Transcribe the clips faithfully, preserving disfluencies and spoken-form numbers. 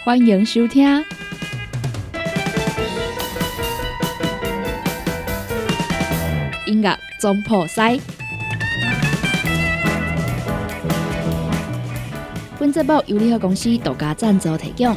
欢迎收听。音乐总铺师，本节目由联合公司独家赞助提供。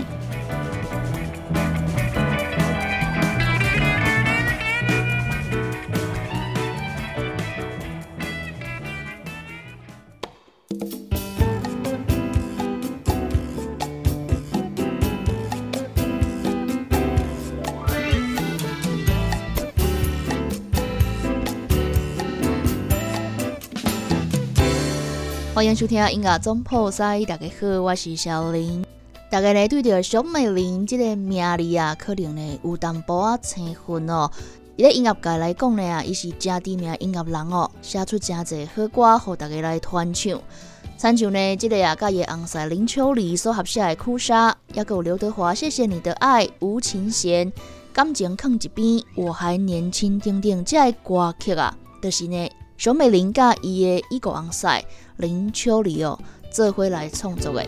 欢迎收听音乐总铺师，大家好，我是小林。大家咧对着小美玲这个名字啊，可能呢有淡薄仔青分哦。伊咧音乐界来讲呢啊，伊是真知名音乐人哦，写出真侪好歌，互大家来传唱。参像呢，这个啊，甲伊的红婿林秋离所合写的《哭砂》，也有刘德华《谢谢你的爱》、吴琴弦《感情放一边》、我还年轻等等，这个歌曲啊，就是呢。小美玲甲伊的异国红婿林秋离哦，做伙来创作的。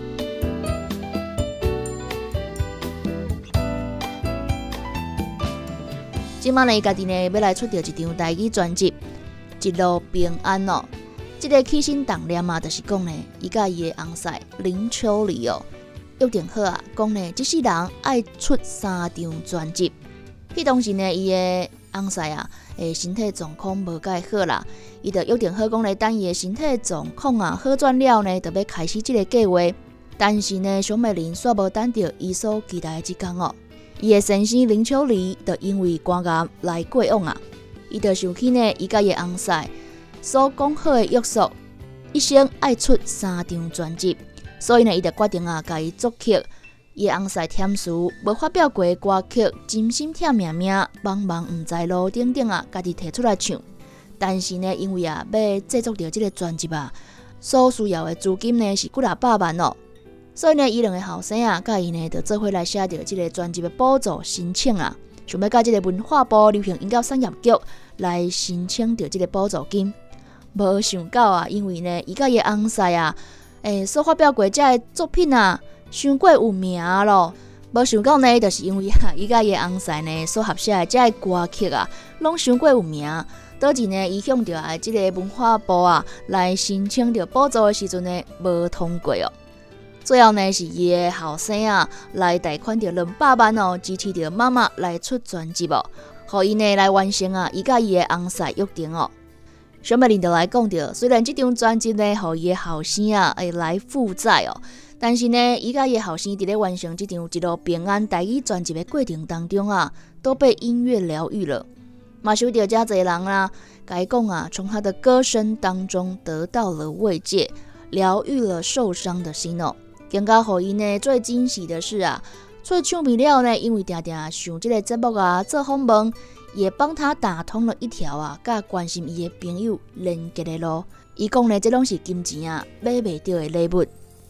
即摆呢，伊家己呢要来出着一张台语专辑《一路平安》哦。这个起心动念啊，就是讲呢，伊甲伊的红婿林秋离哦，约定好啊，讲呢，这世人爱出三张专辑。迄当时呢，伊的红婿啊。诶，身体状况无介好啦，伊就约定好讲咧，等伊的身体状况啊好转了呢，就要开始这个计划。但是呢，小美玲煞无等到伊所期待的这天哦，伊的先生林秋离就因为肝癌来过往啊，伊就想起呢，伊甲伊的红婿所讲好的约束，一生爱出三张专辑，所以呢，伊就决定啊，甲伊作曲。伊红婿添词无发表过的歌曲，真心疼命命，茫茫毋知路等等啊，家己摕出来唱。但是呢，因为啊要制作到这个专辑啊，所需要的资金呢是几啊百万哦，所以呢，伊两个后生啊，甲伊呢就做伙来写着这个专辑的补助申请啊，想要甲这个文化部流行音乐产业局来申请着这个补助金。无想到啊，因为呢，伊甲伊红婿啊，诶所发表过这个作品啊。伤过有名咯，无想到呢，就是因为啊，伊甲伊红婿呢所合写的这个歌曲啊，拢伤过有名。导致呢，伊向着啊，这个文化部啊来申请着补助的时阵呢，无通过哦。最后呢，是伊的后生啊来贷款着两百万哦，支持着妈妈来出专辑哦，互伊呢来完成啊，伊甲伊的红婿约定哦。小美玲就来讲着，虽然这张专辑呢，互伊的后生啊会来负债哦。但是呢，伊甲伊后生伫咧完成这张一路平安台语专辑的过程当中啊，都被音乐疗愈了。嘛受到遮侪人啊，甲伊讲啊，从他的歌声当中得到了慰藉，疗愈了受伤的心哦。更加互伊呢最惊喜的是啊，出唱片了呢，因为定定上这个节目啊做访问，也帮他打通了一条啊，甲关心伊的朋友连接的路。伊讲呢，这拢是金钱啊买袂到的礼物。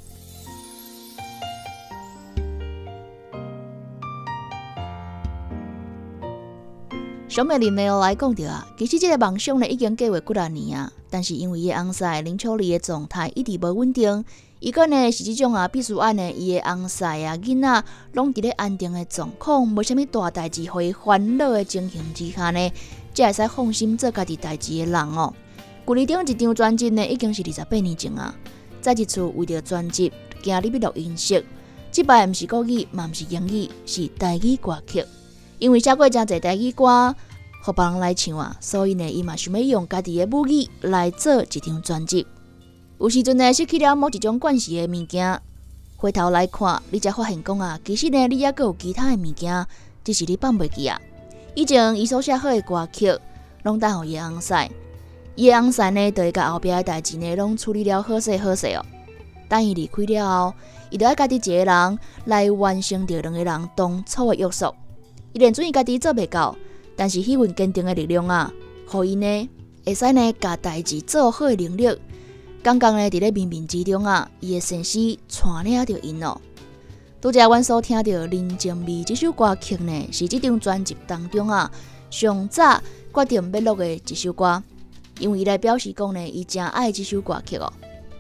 小美玲呢来讲着啊，其实这个梦想呢已经计划几啊年啊，但是因为伊红婿林秋离的状态一直无稳定，伊个呢是这种啊，必须按呢伊的红婿啊囡仔拢伫咧安定的状况，无啥物大代志互伊烦恼的情形之下呢，才会使放心做家己代志的人哦。旧年顶一张专辑呢已经是二十八年前啊，再一次为着专辑行入去录音室，这摆毋是国语，嘛毋是英语，是台语歌曲。因为写过真侪台语歌，互别人来唱啊，所以呢，伊嘛想要用家己的母语来做一张专辑。有时阵呢，失去了某一种惯势的物件，回头来看，你才发现讲啊，其实呢，你还阁有其他的物件，只是你放袂记啊。以前伊所写好的歌曲，拢等互伊红婿，伊红婿呢，就会甲后壁的代志呢，拢处理了好势好势哦。等伊离开了后，伊就爱家己一个人来完成着两个人当初的约束。伊连准伊家己做袂到，但是迄份坚定的力量啊，互伊呢会使呢甲代志做好的能力，刚刚呢伫咧冥冥之中啊，伊的先生带领着因哦。拄则阮所听到《林静美》这首歌曲呢，是这张专辑当中啊上早决定要录的一首歌，因为伊来表示讲呢，伊真爱这首歌曲哦。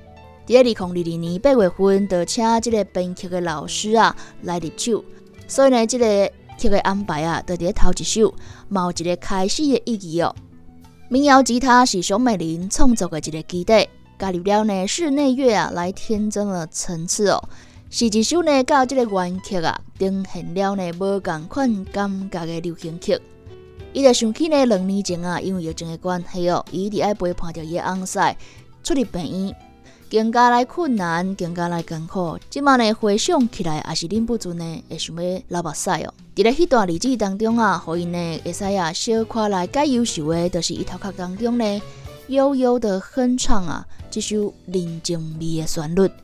在二零二二年八月份，就请这个编剧的老师啊来入手，所以呢，这个剧的安排啊，就在头一首，有一个开始的意义哦。民谣吉他是熊美玲创作的一个基底，加入了呢室内乐啊，来添增了层次哦。是一首呢，甲这个原曲啊，呈现了呢无同款感觉的流行曲。伊就想起呢，两年前啊，因为疫情的关系哦，伊伫爱陪伴着伊的翁婿出入病院。更加来困难，更加来艰苦。即摆呢，回想起来，也是忍不住呢，会想要流目屎哦。伫咧迄段日子当中啊，互因呢会使啊小可来介优秀的，就是伊头壳当中呢，悠悠的哼唱啊，这首林静美的旋律。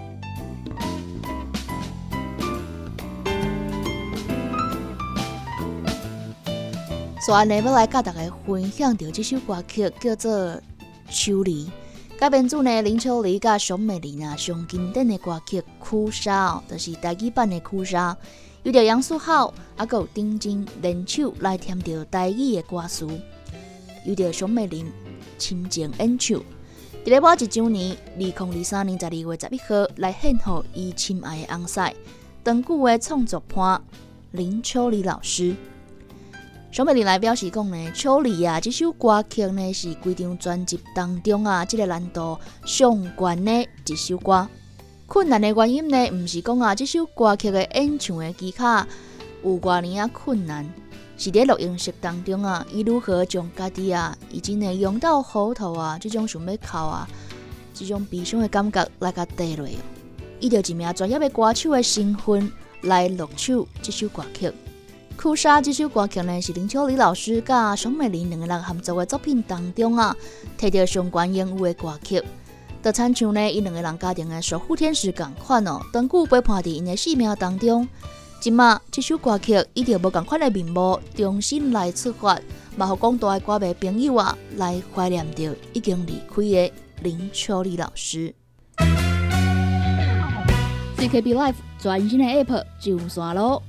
所以呢，要来甲大家分享到这首歌曲，叫做《秋梨》。改编自呢林秋离甲熊美玲啊上经典的歌曲《苦沙》哦，就是台语版的《苦沙》，由着杨树浩啊个丁真联手来添着台语的歌词，由着熊美玲亲情演唱。伫咧某一周年，二零二三年十二月十一号来献予伊亲爱的翁婿，长久的创作伴林秋离老师。熊美玲来表示讲呢，秋梨啊，这首歌曲呢是规张专辑当中啊，这个难度上高的一首歌。困难的原因呢，唔是讲啊，这首歌曲的演唱的技巧有偌尼啊困难，是伫录音室当中啊，伊如何将家己啊已经呢用到喉头啊，这种想要哭啊，这种悲伤的感觉来甲带落。伊就一名专业的歌手的身份来录唱这首歌曲。《苦沙》这首歌曲呢，是林秋离老师甲熊美玲两个人合作的作品当中啊，摕到上悬应有的歌曲。就亲像呢，因两个人家庭的守护天使共款哦，长久陪伴伫因的生命当中。即马这首歌曲伊着无共款的面目，重新来出发，嘛互广大的歌迷朋友啊，来怀念着已经离开的林秋离老师。C K B Life 全新的 App 上线咯！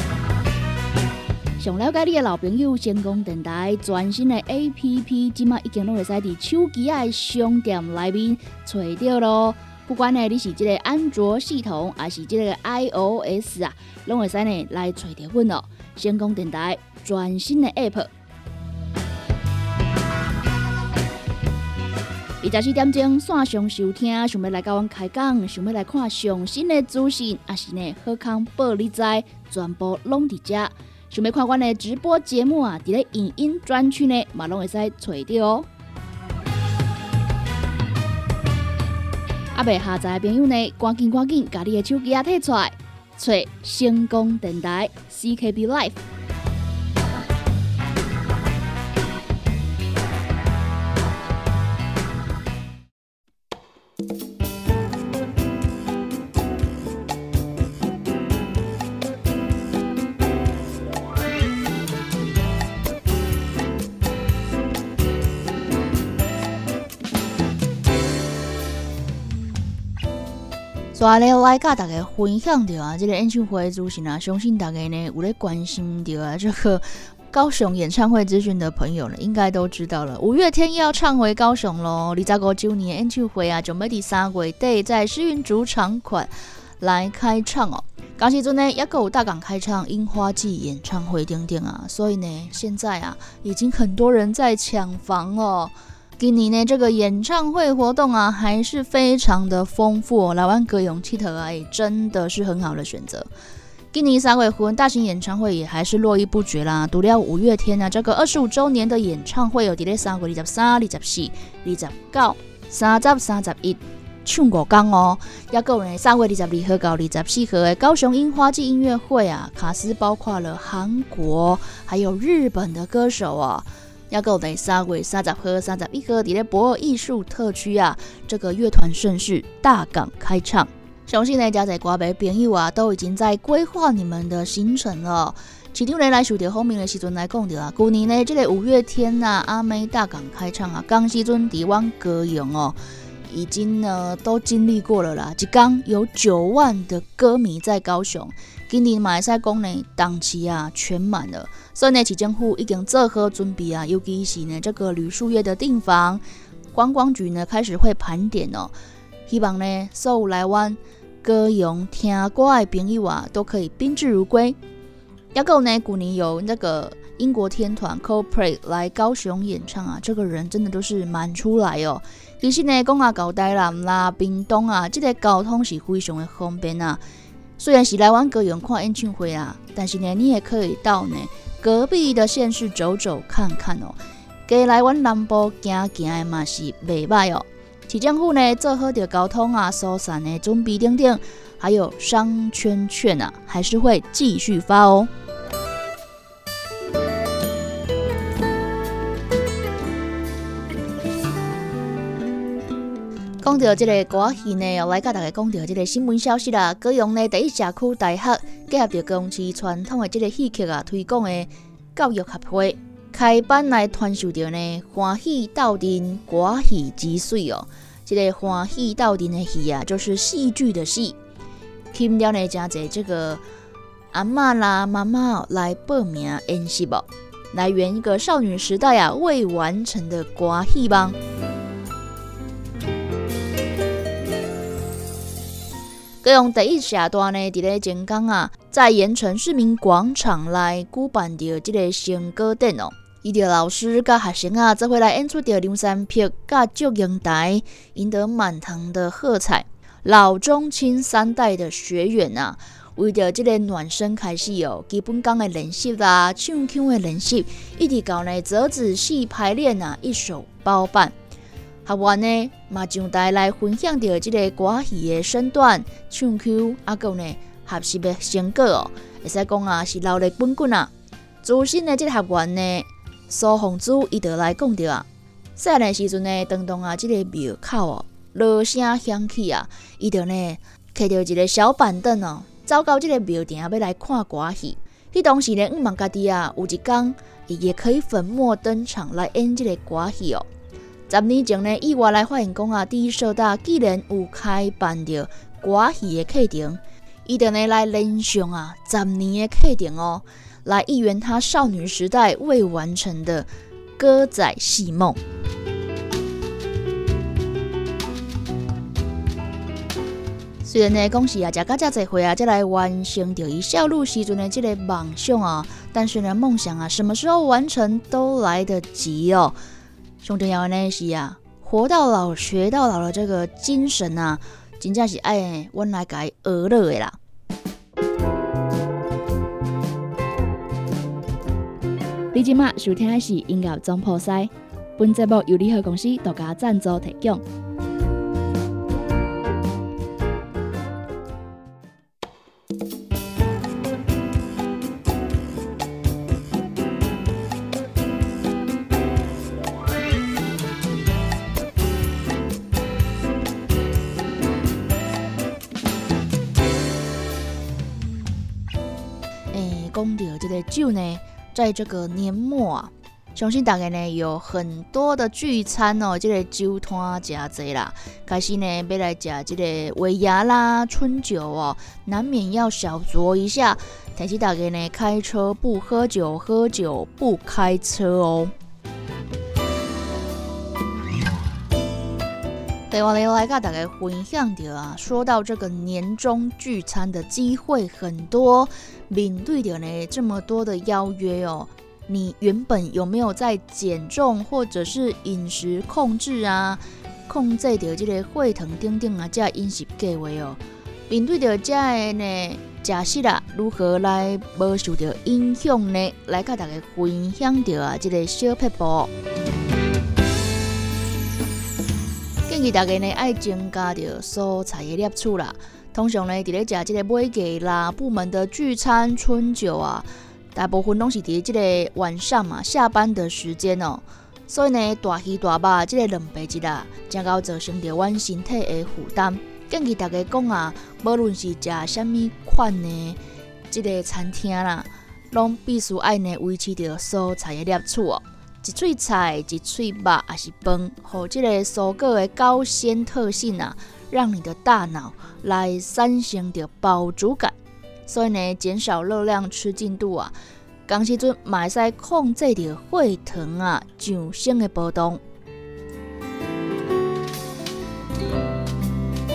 想了解你的老朋友，成功电台全新的 A P P， 即马已经拢会使伫手机的商店内面找到咯。不管呢你是这个安卓系统，还是这个 I O S 啊，拢会使呢来找到阮哦。成功电台全新的 App。二十四点钟线上收听，想要来甲阮开讲，想要来看上新的资讯，还是呢好康报你知，全部拢伫遮。想要看阮的直播节目啊，伫咧影音专区呢，嘛拢会使找到哦。还未下载的朋友呢，赶紧赶紧，把你的手机啊摕出来，找成功电台 C K B Life。所以呢，来甲大家分享到啊，这个演唱会资讯啊，相信大家呢有咧关心到啊，这个高雄演唱会资讯的朋友呢，应该都知道了。五月天要唱回高雄咯，二十五周年演唱会啊，准备伫三月底在诗云主场馆来开唱哦。当时阵呢，也有大港开唱樱花季演唱会等等啊，所以呢，现在啊，已经很多人在抢房哦。今年呢，这个演唱会活动啊，还是非常的丰富哦。台湾歌咏佚佗啊，也真的是很好的选择。今年三月份大型演唱会也还是络绎不绝啦。除了五月天啊，这个二十五周年的演唱会有伫咧三月二十三、二十四、二十九、三十、三十一唱五天哦。也有呢，三月二十二号到二十四号的高雄樱花季音乐会啊，卡司包括了韩国还有日本的歌手啊。也有在三月三十号、三十一号，伫咧博尔艺术特区啊，这个乐团盛事大港开唱。相信呢，家在歌迷朋友啊，都已经在规划你们的行程了。市场呢来受到方面的时阵来讲到啊，去年呢，这个五月天啊、阿妹大港开唱啊，当时阵伫阮高雄哦，已经呢都经历过了啦。一天有九万的歌迷在高雄。今年马来西亚讲呢，档期啊全满了，所以呢，市政府已经做好准备啊，尤其是呢这个旅宿业的订房，观光局呢开始会盘点哦， 希望呢，所有来湾高雄听歌的朋友啊，都可以宾至如归。也有呢，去年有那个英国天团 Coldplay 来高雄演唱啊，这个人真的都是满出来哦。其实呢，讲啊到台南啦、屏东啊，这个交通是非常的方便啊。虽然是来湾高雄看演唱会啊，但是呢，你也可以到呢隔壁的县市走走看看哦。加来阮南部行行的嘛是袂歹哦。市政府呢做好的交通啊、疏散的准备等等，还有商圈券啊，还是会继续发哦。讲到这个歌戏呢，来甲大家讲到这个新闻消息啦。高雄呢第一社区大学结合着高雄市传统的这个戏曲啊推广的教育协会，开班来传授着呢欢喜斗阵歌戏之水哦。这个欢喜斗阵的戏啊，就是戏剧的戏。吸引了呢真侪这个阿嬷啦、妈妈来报名演习哦，来圆一个少女时代啊未完成的歌戏梦。高雄第一社大呢，伫咧前港啊，在盐城市民广场来举办着这个成果展哦。伊着老师甲学生啊，做伙来演出着梁山泊甲祝英台，赢得满堂的喝彩。老中青三代的学员啊，为着这个暖身开始哦，基本功的练习啦、唱腔的练习，一直到呢折子戏排练啊，一手包办。学员呢，嘛上台来分享着这个歌戏的身段、唱腔，啊个呢学习的成果哦，会使讲啊是劳力本滚啊。资深的这个学员呢，苏凤珠伊就来讲着啊，细汉时阵呢，当当啊，这个庙口哦，锣声响起啊，伊就呢摕着一个小板凳哦，走到这个庙埕要来看歌戏。迄当时呢，毋茫家己啊，有一天也可以粉墨登场来演这个歌戏哦。十年前呢，意外来发现讲啊，第一社大既然有开办着歌戏的课程，伊就呢来连上啊十年的课程哦，来一圆他少女时代未完成的歌仔戏梦。虽然呢，讲是啊，食到遮侪岁啊，才来完成着伊少女时阵的这个梦想啊，但是呢，梦想啊，什么时候完成都来得及哦。上重要的呢是啊，活到老学到老的这个精神啊，真正是爱阮来甲伊学落的啦。你即马收听的是音乐总铺师，本节目由联合公司独家赞助提供。讲到这个酒呢，在这个年末啊，相信大家呢有很多的聚餐哦，这个酒摊真多啦。开始呢要来吃这个尾牙啦、春酒哦，难免要小酌一下。提醒大家呢，开车不喝酒，喝酒不开车哦。台湾呢来跟大家分享到啊，说到这个年终聚餐的机会很多，面对着呢这么多的邀约哦，你原本有没有在减重或者是饮食控制啊，控制着这个血糖等等啊，这饮食计划哦，面对着这个呢食食啦，如何来无受到影响呢？来跟大家分享到啊，这个小撇步。建议大家呢爱增加着蔬菜的摄取啦。通常呢，伫咧食这个尾牙啦、部门的聚餐、春酒啊，大部分拢是伫这个晚上嘛，下班的时间哦。所以呢，大鱼大肉这个两倍一啦，真够造成着阮身体的负担。建议大家讲啊，无论是食啥物款的这个餐厅啦，拢必须爱呢维持着蔬菜的摄取哦。一喙菜、一喙肉还是饭，和这个蔬果的高纤特性啊，让你的大脑来产生着饱足感。所以呢，减少热量吃进度啊，同时阵嘛会使控制着血糖啊上升的波动。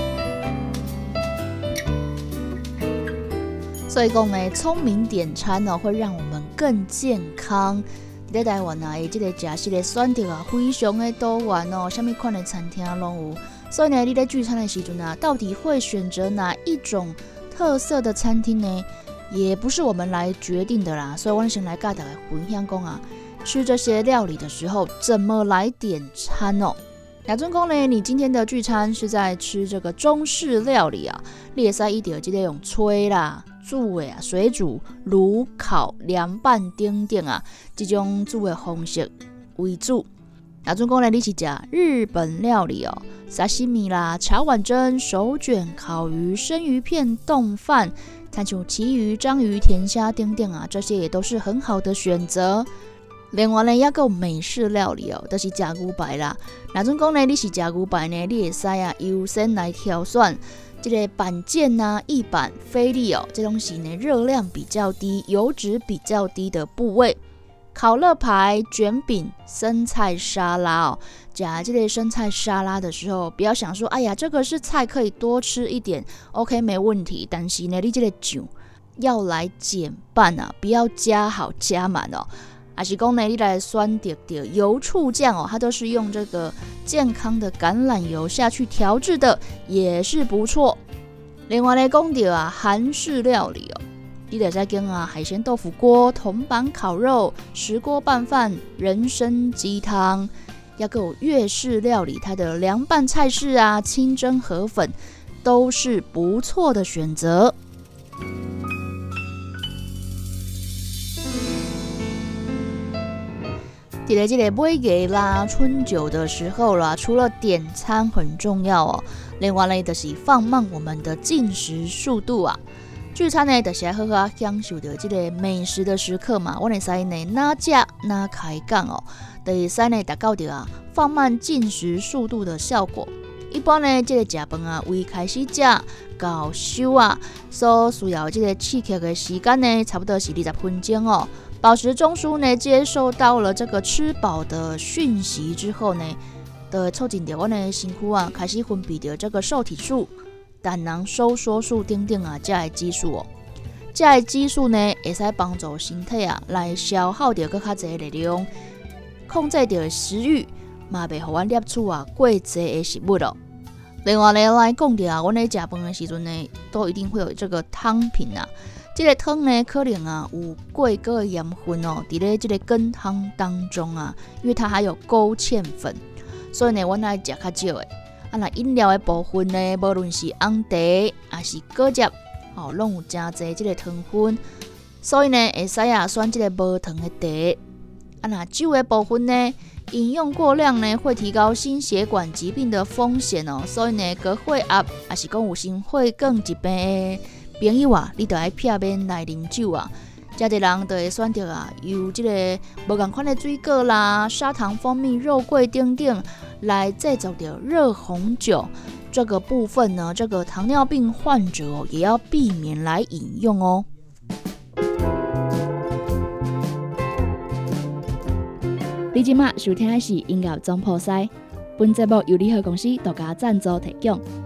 所以讲呢，聪明点餐哦，会让我们更健康。在台湾啊，这个食食的选择啊，非常的多元哦，什么款的餐厅拢有。所以呢，你在聚餐的时阵啊，到底会选择哪一种特色的餐厅呢？也不是我们来决定的啦。所以我先来跟大家分享讲啊，吃这些料理的时候怎么来点餐哦。那总讲呢，你今天的聚餐是在吃这个中式料理啊，你可以依照这个用吹啦、煮的啊、水煮、炉烤、凉拌等等啊，这种煮的方式为主。那总讲呢，你是吃日本料理哦，沙西米啦、茶碗蒸、手卷、烤鱼、生鱼片、冻饭，像旗鱼、章鱼、甜虾等等啊，这些也都是很好的选择。另外呢，也有美式料理哦，就是吃牛排啦。那总讲呢，你是吃牛排呢，你会使啊优先来挑选这个板腱啊、翼板、菲力哦，这东西呢热量比较低、油脂比较低的部位。烤乐排、卷饼、生菜沙拉哦，吃这类生菜沙拉的时候，不要想说，哎呀，这个是菜可以多吃一点 ，OK 没问题。但是呢，你这个酒要来减半啊，不要加好加满哦。还是讲呢，你来选择的油醋酱哦，它都是用这个健康的橄榄油下去调制的，也是不错。另外呢，讲到啊韩式料理哦，你得再跟啊海鲜豆腐锅、铜板烤肉、石锅拌饭、人参鸡汤，要有粤式料理，它的凉拌菜式啊、清蒸河粉都是不错的选择。在这个买月啦、春酒的时候啦，除了点餐很重要哦，另外呢，就是放慢我们的进食速度啊。聚餐呢，就是要好好享受到这个美食的时刻嘛。我会使呢，哪吃哪开讲哦，就是使呢达到着啊放慢进食速度的效果。一般呢，这个食饭啊，为开始食到收啊，所需要这个刺激的时间呢，差不多是二十分钟哦。饱食中枢呢，接受到了这个吃饱的讯息之后呢，就促进着我们的身躯啊，开始分泌着这个瘦体素、胆囊收缩素等等啊，这些激素哦。这些激素呢，会使帮助身体啊来消耗掉更较侪的力量，控制着食欲，嘛袂互阮摄取啊过侪的食物哦。另外呢，来讲到啊，阮咧食饭的时阵呢，都一定会有这个汤品啊。这个汤呢，可能啊有过高的盐分哦，伫咧这个羹汤当中啊，因为它还有勾芡粉，所以呢，阮爱食较少的。啊，那饮料的部分呢，无论是红茶还是果汁，哦，拢有真侪这个糖分，所以呢，会使啊选这个无糖的茶。啊，那酒的部分呢，饮用过量呢，会提高心血管疾病的风险哦，所以呢，高血压还是讲有心血管疾病的朋友啊，你就要避免来啉酒啊。遮侪人就会选择啊，由这个无同款的水果啦、砂糖、蜂蜜、肉桂等等来制作的热红酒。这个部分呢，这个糖尿病患者哦，也要避免来饮用哦。你即马收听的是音乐总铺师，本节目由联合公司独家赞助提供。